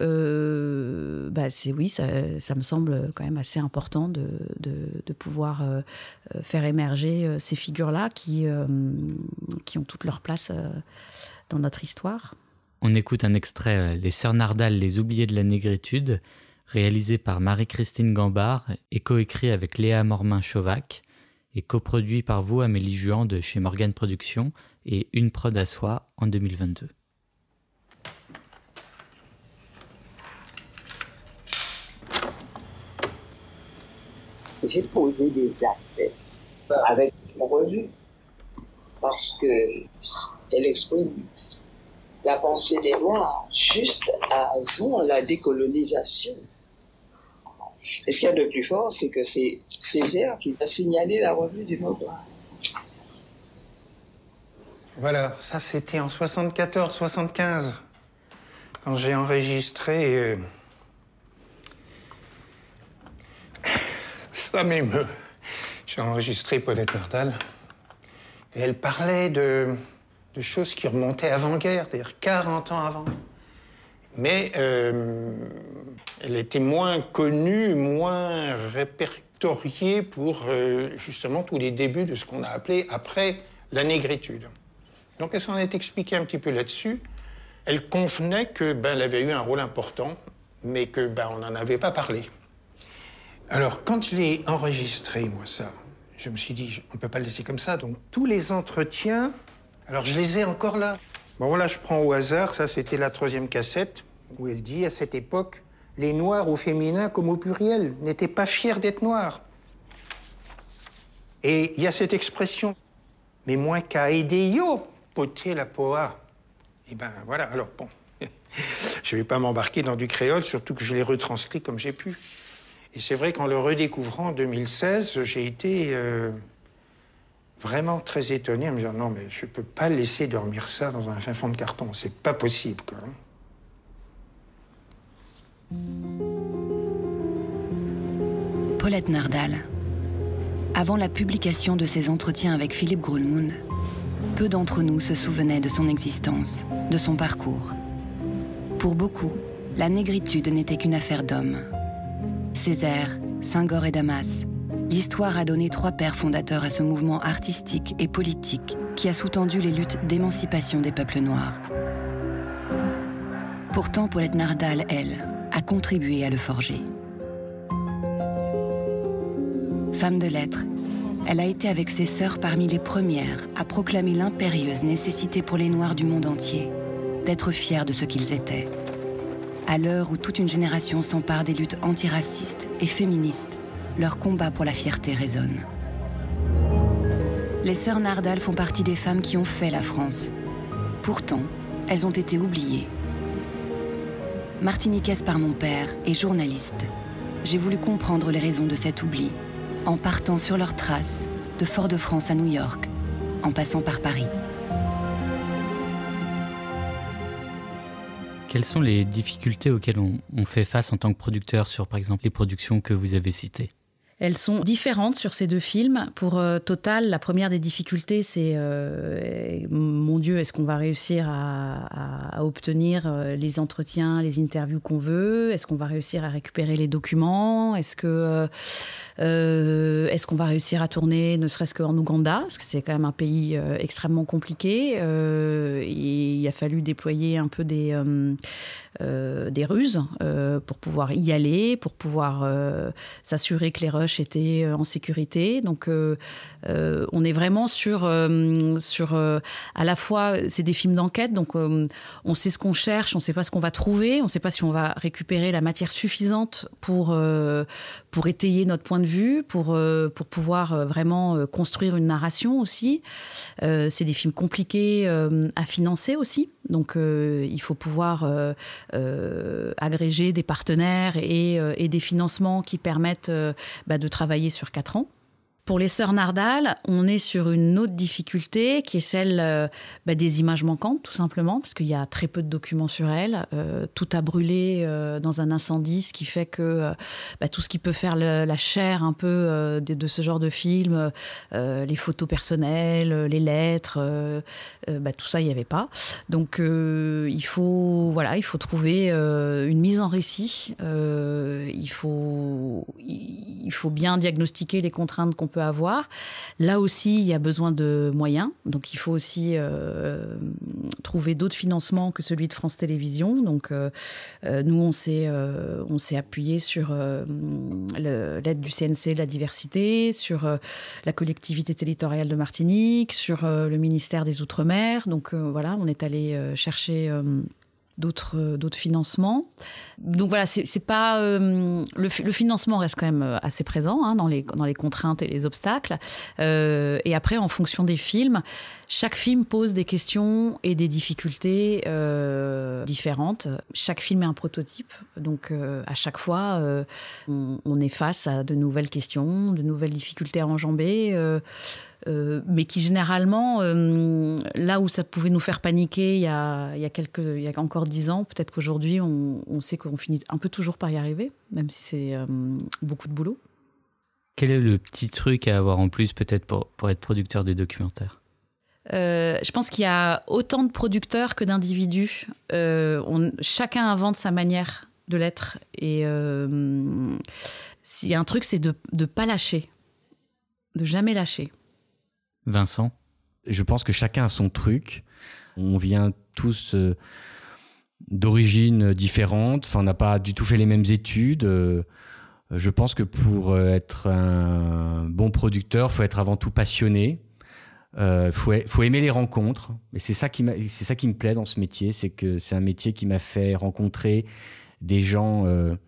Speaker 9: ça me semble quand même assez important de pouvoir faire émerger ces figures-là qui ont toute leur place dans notre histoire.
Speaker 1: On écoute un extrait, Les Sœurs Nardal, les oubliées de la négritude, réalisé par Marie-Christine Gambard et coécrit avec Léa Mormin-Chauvac et coproduit par vous, Amélie Juan de chez Morgane Productions et Une Prod à Soi en 2022.
Speaker 13: J'ai posé des actes avec la revue parce qu'elle exprime la pensée des Noirs juste avant la décolonisation. Et ce qu'il y a de plus fort, c'est que c'est Césaire qui a signalé la revue du mot noir.
Speaker 14: Voilà, ça c'était en 74-75, quand j'ai enregistré... Ça m'émeut. J'ai enregistré Paulette Nardal. Et elle parlait de choses qui remontaient avant-guerre, c'est-à-dire 40 ans avant. Mais elle était moins connue, moins répertoriée pour justement tous les débuts de ce qu'on a appelé après la négritude. Donc elle s'en est expliquée un petit peu là-dessus. Elle convenait que elle avait eu un rôle important, mais que on n'en avait pas parlé. Alors, quand je l'ai enregistré, moi, ça, je me suis dit, on ne peut pas le laisser comme ça. Donc, tous les entretiens, alors je les ai encore là. Bon, voilà, je prends au hasard, ça, c'était la 3e cassette, où elle dit, à cette époque, les Noirs au féminin comme au pluriel n'étaient pas fiers d'être Noirs. Et il y a cette expression, mais moins qu'à aider yo, poter la poa. Et voilà, alors bon, je ne vais pas m'embarquer dans du créole, surtout que je l'ai retranscrit comme j'ai pu. Et c'est vrai qu'en le redécouvrant en 2016, j'ai été vraiment très étonné en me disant non, mais je ne peux pas laisser dormir ça dans un fin fond de carton. C'est pas possible, quoi.
Speaker 15: Paulette Nardal. Avant la publication de ses entretiens avec Philippe Grollemund, peu d'entre nous se souvenaient de son existence, de son parcours. Pour beaucoup, la négritude n'était qu'une affaire d'hommes. Césaire, Senghor et Damas, l'histoire a donné 3 pères fondateurs à ce mouvement artistique et politique qui a sous-tendu les luttes d'émancipation des peuples noirs. Pourtant, Paulette Nardal, elle, a contribué à le forger. Femme de lettres, elle a été avec ses sœurs parmi les premières à proclamer l'impérieuse nécessité pour les Noirs du monde entier d'être fiers de ce qu'ils étaient. À l'heure où toute une génération s'empare des luttes antiracistes et féministes, leur combat pour la fierté résonne. Les sœurs Nardal font partie des femmes qui ont fait la France. Pourtant, elles ont été oubliées. Martiniquaise par mon père et journaliste, j'ai voulu comprendre les raisons de cet oubli, en partant sur leurs traces, de Fort-de-France à New York, en passant par Paris.
Speaker 1: Quelles sont les difficultés auxquelles on fait face en tant que producteur sur, par exemple, les productions que vous avez citées ?
Speaker 9: Elles sont différentes sur ces 2 films. Pour Total, la première des difficultés, c'est mon Dieu, est-ce qu'on va réussir à obtenir les entretiens, les interviews qu'on veut ? Est-ce qu'on va réussir à récupérer les documents ? Est-ce qu'on va réussir à tourner, ne serait-ce qu'en Ouganda ? Parce que c'est quand même un pays extrêmement compliqué. Il a fallu déployer un peu des ruses pour pouvoir y aller, pour pouvoir s'assurer que les rushs étaient en sécurité. Donc, on est vraiment sur à la fois, c'est des films d'enquête, donc on sait ce qu'on cherche, on ne sait pas ce qu'on va trouver, on ne sait pas si on va récupérer la matière suffisante pour étayer notre point de vue, pour pouvoir vraiment construire une narration aussi. C'est des films compliqués à financer aussi, donc il faut pouvoir agréger des partenaires et des financements qui permettent de travailler sur 4 ans. Pour les sœurs Nardal, on est sur une autre difficulté qui est celle des images manquantes, tout simplement, parce qu'il y a très peu de documents sur elles. Tout a brûlé dans un incendie, ce qui fait que tout ce qui peut faire la chair un peu de ce genre de film, les photos personnelles, les lettres, tout ça, il n'y avait pas. Donc, il faut trouver une mise en récit. Il faut bien diagnostiquer les contraintes qu'on peut avoir. Là aussi, il y a besoin de moyens. Donc, il faut aussi trouver d'autres financements que celui de France Télévisions. Donc, nous, on s'est appuyé sur l'aide du CNC de la diversité, sur la collectivité territoriale de Martinique, sur le ministère des Outre-mer. Donc, on est allé chercher d'autres financements. Donc voilà, c'est pas le financement reste quand même assez présent dans les contraintes et les obstacles. Et après, en fonction des films, chaque film pose des questions et des difficultés différentes. Chaque film est un prototype, donc à chaque fois, on est face à de nouvelles questions, de nouvelles difficultés à enjamber. Mais qui généralement, là où ça pouvait nous faire paniquer il y a encore 10 ans, peut-être qu'aujourd'hui on sait qu'on finit un peu toujours par y arriver, même si c'est beaucoup de boulot.
Speaker 1: Quel est le petit truc à avoir en plus peut-être pour être producteur de documentaire ?
Speaker 9: Je pense qu'il y a autant de producteurs que d'individus. Chacun invente sa manière de l'être. Et s'il y a un truc, c'est de ne pas lâcher, de jamais lâcher.
Speaker 1: Vincent ?
Speaker 3: Je pense que chacun a son truc. On vient tous d'origines différentes. Enfin, on n'a pas du tout fait les mêmes études. Je pense que pour être un bon producteur, il faut être avant tout passionné. Faut aimer les rencontres. Et c'est ça qui me plaît dans ce métier. C'est que c'est un métier qui m'a fait rencontrer des gens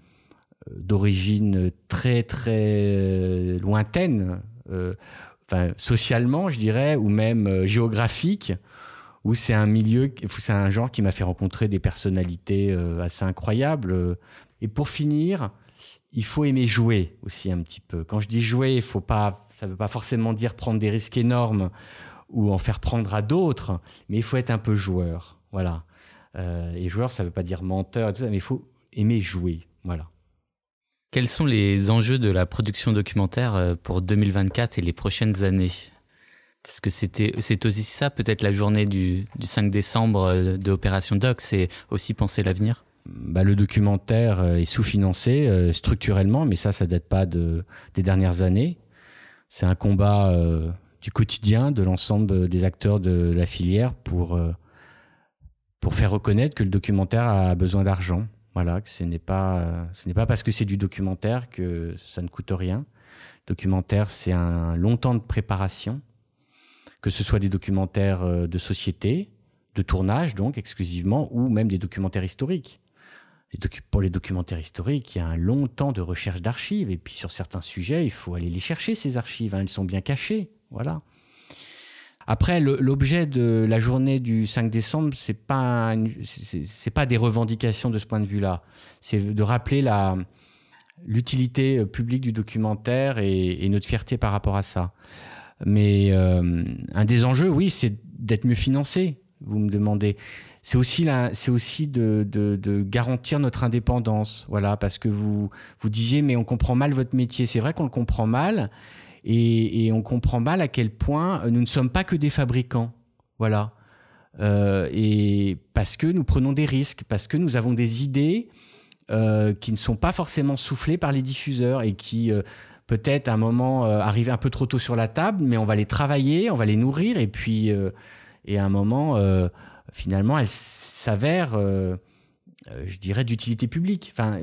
Speaker 3: d'origine très, très lointaine. Socialement, je dirais, ou même géographique, où c'est un genre qui m'a fait rencontrer des personnalités assez incroyables. Et pour finir, il faut aimer jouer aussi un petit peu. Quand je dis jouer, ça ne veut pas forcément dire prendre des risques énormes ou en faire prendre à d'autres, mais il faut être un peu joueur. Voilà. Et joueur, ça ne veut pas dire menteur, etc., mais il faut aimer jouer. Voilà.
Speaker 1: Quels sont les enjeux de la production documentaire pour 2024 et les prochaines années ? Parce que c'est aussi ça, peut-être la journée du 5 décembre de Opération Doc, c'est aussi penser l'avenir ?
Speaker 3: Le documentaire est sous-financé structurellement, mais ça date pas des dernières années. C'est un combat du quotidien de l'ensemble des acteurs de la filière pour faire reconnaître que le documentaire a besoin d'argent. Voilà, que ce n'est pas parce que c'est du documentaire que ça ne coûte rien. Le documentaire, c'est un long temps de préparation, que ce soit des documentaires de société, de tournage donc exclusivement, ou même des documentaires historiques. Pour les documentaires historiques, il y a un long temps de recherche d'archives, et puis sur certains sujets, il faut aller les chercher, ces archives, elles sont bien cachées, voilà. Après, l'objet de la journée du 5 décembre, c'est pas des revendications de ce point de vue-là. C'est de rappeler l'utilité publique du documentaire et notre fierté par rapport à ça. Mais un des enjeux, oui, c'est d'être mieux financé, vous me demandez. C'est aussi de garantir notre indépendance, voilà, parce que vous disiez, mais on comprend mal votre métier. C'est vrai qu'on le comprend mal. Et on comprend mal à quel point nous ne sommes pas que des fabricants, voilà. Et parce que nous prenons des risques, parce que nous avons des idées qui ne sont pas forcément soufflées par les diffuseurs et qui peut-être à un moment arrivent un peu trop tôt sur la table, mais on va les travailler, on va les nourrir, et puis à un moment, finalement, elles s'avèrent, je dirais, d'utilité publique. Enfin,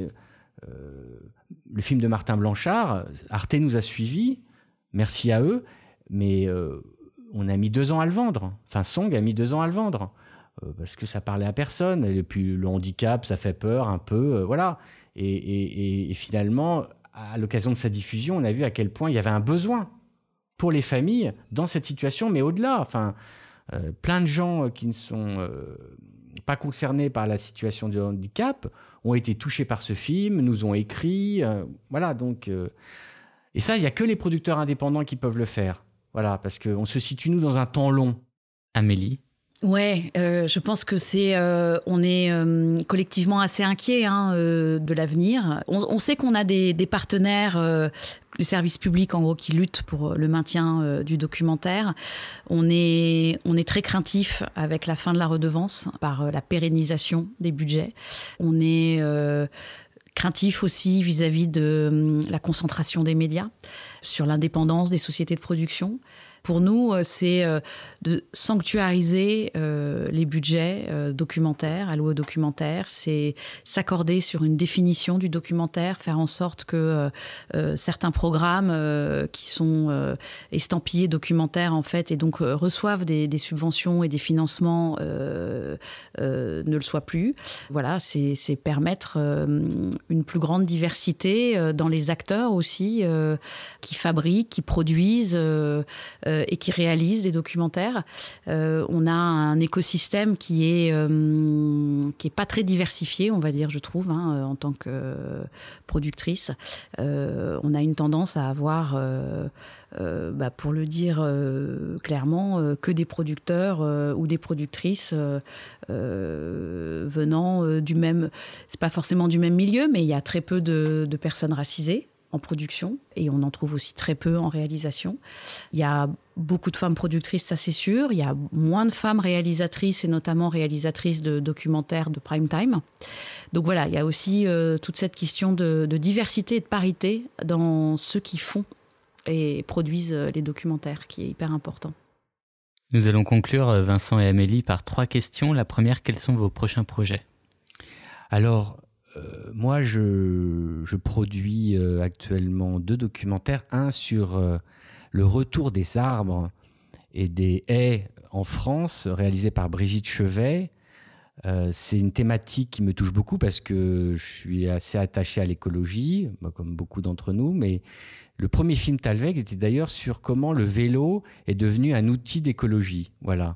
Speaker 3: le film de Martin Blanchard, Arte nous a suivis. Merci à eux, mais on a mis 2 ans à le vendre. Enfin, Song a mis 2 ans à le vendre, parce que ça parlait à personne. Et puis le handicap, ça fait peur un peu, voilà. Et finalement, à l'occasion de sa diffusion, on a vu à quel point il y avait un besoin pour les familles dans cette situation, mais au-delà. Enfin, plein de gens qui ne sont pas concernés par la situation de handicap ont été touchés par ce film, nous ont écrit, voilà, donc... Et ça, il n'y a que les producteurs indépendants qui peuvent le faire. Voilà, parce qu'on se situe, nous, dans un temps long.
Speaker 1: Amélie?
Speaker 9: Ouais, je pense que on est collectivement assez inquiets de l'avenir. On sait qu'on a des partenaires, les services publics en gros, qui luttent pour le maintien du documentaire. On est très craintif avec la fin de la redevance par la pérennisation des budgets. On est craintif aussi vis-à-vis de la concentration des médias, sur l'indépendance des sociétés de production. Pour nous, c'est de sanctuariser les budgets documentaires, alloués au documentaire. C'est s'accorder sur une définition du documentaire, faire en sorte que certains programmes qui sont estampillés documentaires, en fait, et donc reçoivent des subventions et des financements, ne le soient plus. Voilà, c'est permettre une plus grande diversité dans les acteurs aussi, qui fabriquent, qui produisent, et qui réalisent des documentaires. On a un écosystème qui est pas très diversifié, on va dire, je trouve, en tant que productrice. On a une tendance à avoir, pour le dire clairement, que des producteurs ou des productrices venant du même... C'est pas forcément du même milieu, mais il y a très peu de personnes racisées en production, et on en trouve aussi très peu en réalisation. Il y a beaucoup de femmes productrices, ça c'est sûr. Il y a moins de femmes réalisatrices, et notamment réalisatrices de documentaires de prime time. Donc voilà, il y a aussi toute cette question de diversité et de parité dans ceux qui font et produisent les documentaires, qui est hyper important.
Speaker 1: Nous allons conclure, Vincent et Amélie, par 3 questions. La première, quels sont vos prochains projets ?
Speaker 3: Alors, moi, je produis actuellement 2 documentaires. Un sur le retour des arbres et des haies en France, réalisé par Brigitte Chevet. C'est une thématique qui me touche beaucoup parce que je suis assez attaché à l'écologie, comme beaucoup d'entre nous. Mais le premier film Talweg était d'ailleurs sur comment le vélo est devenu un outil d'écologie. Voilà.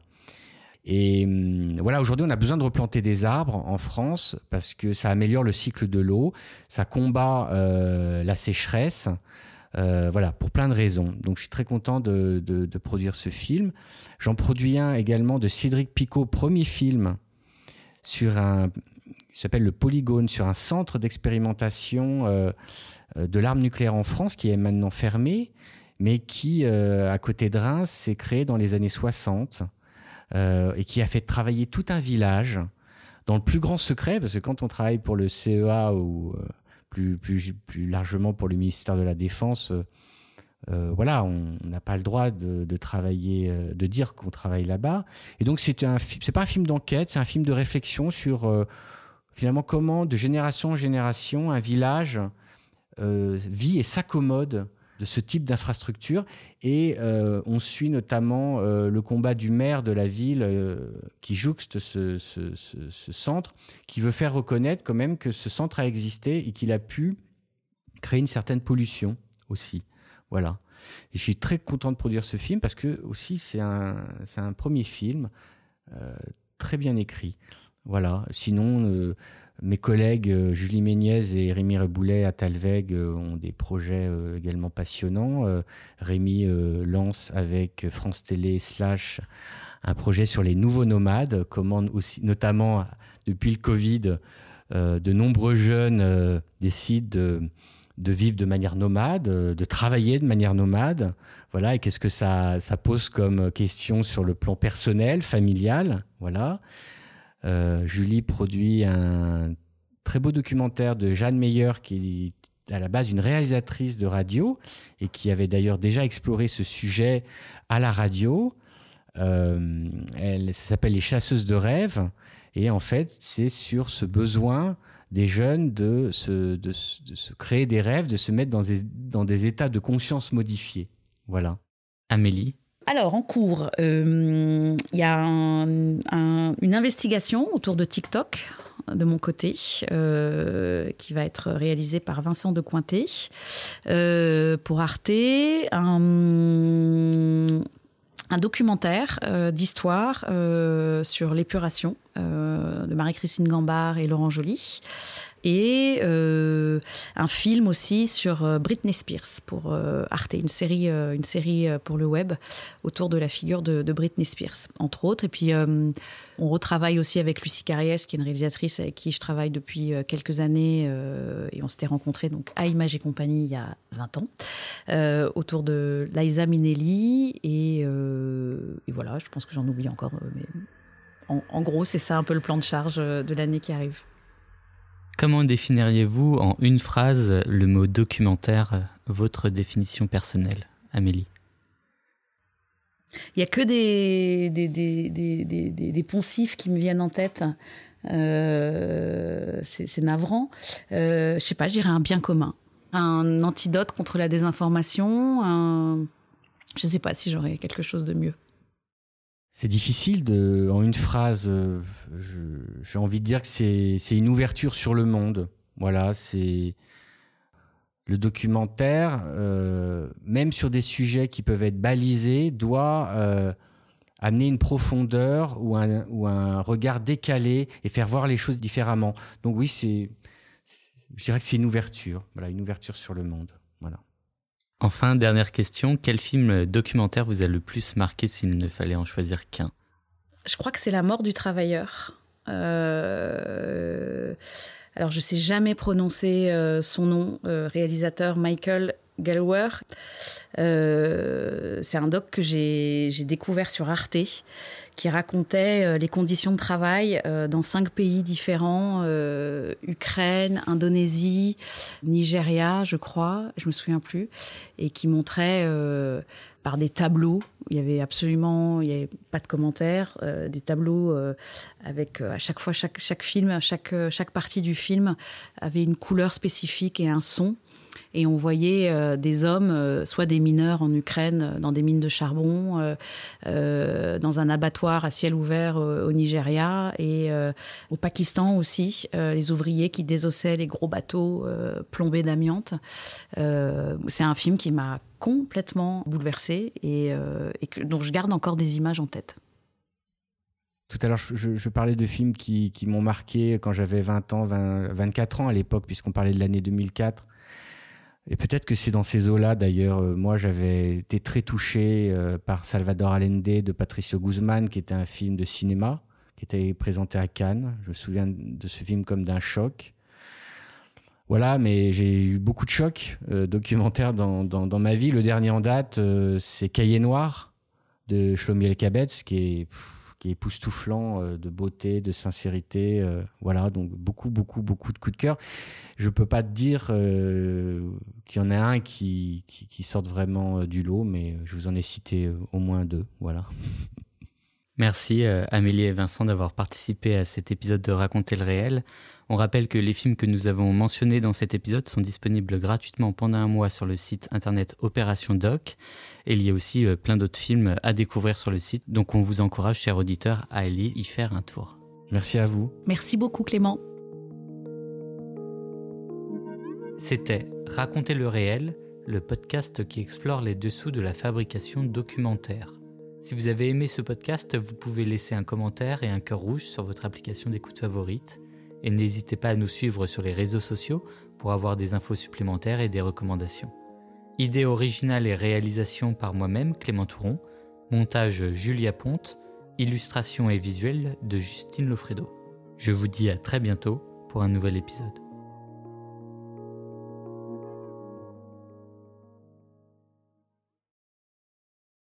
Speaker 3: Et voilà, aujourd'hui, on a besoin de replanter des arbres en France parce que ça améliore le cycle de l'eau, ça combat la sécheresse, voilà, pour plein de raisons. Donc, je suis très content de produire ce film. J'en produis un également de Cédric Picot, premier film sur qui s'appelle le Polygone, sur un centre d'expérimentation de l'arme nucléaire en France qui est maintenant fermé, mais qui, à côté de Reims, s'est créé dans les années 60. Et qui a fait travailler tout un village dans le plus grand secret, parce que quand on travaille pour le CEA ou plus largement pour le ministère de la Défense, voilà, on n'a pas le droit de travailler, de dire qu'on travaille là-bas. Et donc c'est pas un film d'enquête, c'est un film de réflexion sur finalement comment de génération en génération un village vit et s'accommode de ce type d'infrastructure. Et on suit notamment le combat du maire de la ville qui jouxte ce centre, qui veut faire reconnaître quand même que ce centre a existé et qu'il a pu créer une certaine pollution aussi. Voilà. Et je suis très content de produire ce film parce que aussi c'est un premier film très bien écrit. Voilà. Sinon... mes collègues Julie Méniez et Rémi Reboulet à Talweg ont des projets également passionnants. Rémi lance avec France Télé / un projet sur les nouveaux nomades, comment aussi, notamment depuis le Covid, de nombreux jeunes décident de vivre de manière nomade, de travailler de manière nomade. Voilà, et qu'est-ce que ça pose comme question sur le plan personnel, familial. Voilà. Julie produit un très beau documentaire de Jeanne Meyer, qui est à la base une réalisatrice de radio et qui avait d'ailleurs déjà exploré ce sujet à la radio. Ça s'appelle Les chasseuses de rêves. Et en fait, c'est sur ce besoin des jeunes de se créer des rêves, de se mettre dans des états de conscience modifiés. Voilà.
Speaker 1: Amélie ?
Speaker 9: Alors, en cours, il y a une investigation autour de TikTok, de mon côté, qui va être réalisée par Vincent de Cointet pour Arte. Un documentaire d'histoire sur l'épuration de Marie-Christine Gambard et Laurent Joly. Et un film aussi sur Britney Spears pour Arte, une série pour le web autour de la figure de Britney Spears, entre autres. Et puis, on retravaille aussi avec Lucie Carriès, qui est une réalisatrice avec qui je travaille depuis quelques années. Et on s'était rencontrés donc, à Images et Compagnie il y a 20 ans, autour de Liza Minnelli. Et voilà, je pense que j'en oublie encore. Mais en gros, c'est ça un peu le plan de charge de l'année qui arrive.
Speaker 1: Comment définiriez-vous en une phrase le mot documentaire, votre définition personnelle, Amélie ?
Speaker 9: Il n'y a que des poncifs qui me viennent en tête. C'est navrant. Je sais pas, je dirais un bien commun. Un antidote contre la désinformation. Je ne sais pas si j'aurais quelque chose de mieux.
Speaker 3: C'est difficile en une phrase. J'ai envie de dire que c'est une ouverture sur le monde. Voilà, c'est le documentaire, même sur des sujets qui peuvent être balisés, doit amener une profondeur ou un regard décalé et faire voir les choses différemment. Donc oui, je dirais que c'est une ouverture sur le monde. Voilà.
Speaker 1: Enfin, dernière question, quel film documentaire vous a le plus marqué s'il ne fallait en choisir qu'un ?
Speaker 9: Je crois que c'est La mort du travailleur. Alors, je ne sais jamais prononcer son nom, réalisateur Michael Gallower. C'est un doc que j'ai découvert sur Arte, qui racontait les conditions de travail dans 5 pays différents, Ukraine, Indonésie, Nigeria, je crois, je me souviens plus, et qui montrait par des tableaux, il y avait pas de commentaires, des tableaux avec à chaque fois chaque film, chaque partie du film avait une couleur spécifique et un son. Et on voyait des hommes, soit des mineurs en Ukraine, dans des mines de charbon, dans un abattoir à ciel ouvert au Nigeria, et au Pakistan aussi, les ouvriers qui désossaient les gros bateaux plombés d'amiante. C'est un film qui m'a complètement bouleversée et dont je garde encore des images en tête.
Speaker 3: Tout à l'heure, je parlais de films qui m'ont marqué quand j'avais 24 ans à l'époque, puisqu'on parlait de l'année 2004. Et peut-être que c'est dans ces eaux-là, d'ailleurs. Moi, j'avais été très touché par Salvador Allende de Patricio Guzman, qui était un film de cinéma, qui était présenté à Cannes. Je me souviens de ce film comme d'un choc. Voilà, mais j'ai eu beaucoup de chocs documentaires dans ma vie. Le dernier en date, c'est Cahiers noirs de Shlomi El-Kabetz, qui est époustouflant de beauté, de sincérité. Voilà, donc beaucoup de coups de cœur. Je ne peux pas te dire qu'il y en a un qui sorte vraiment du lot, mais je vous en ai cité au moins 2. Voilà.
Speaker 1: Merci Amélie et Vincent d'avoir participé à cet épisode de Raconter le réel. On rappelle que les films que nous avons mentionnés dans cet épisode sont disponibles gratuitement pendant un mois sur le site internet Opération Doc. Et il y a aussi plein d'autres films à découvrir sur le site. Donc on vous encourage, chers auditeurs, à aller y faire un tour.
Speaker 3: Merci à vous.
Speaker 9: Merci beaucoup Clément.
Speaker 1: C'était Raconter le réel, le podcast qui explore les dessous de la fabrication documentaire. Si vous avez aimé ce podcast, vous pouvez laisser un commentaire et un cœur rouge sur votre application d'écoute favorite. Et n'hésitez pas à nous suivre sur les réseaux sociaux pour avoir des infos supplémentaires et des recommandations. Idée originale et réalisation par moi-même, Clément Touron. Montage Julia Ponte. Illustration et visuel de Justine Lofredo. Je vous dis à très bientôt pour un nouvel épisode.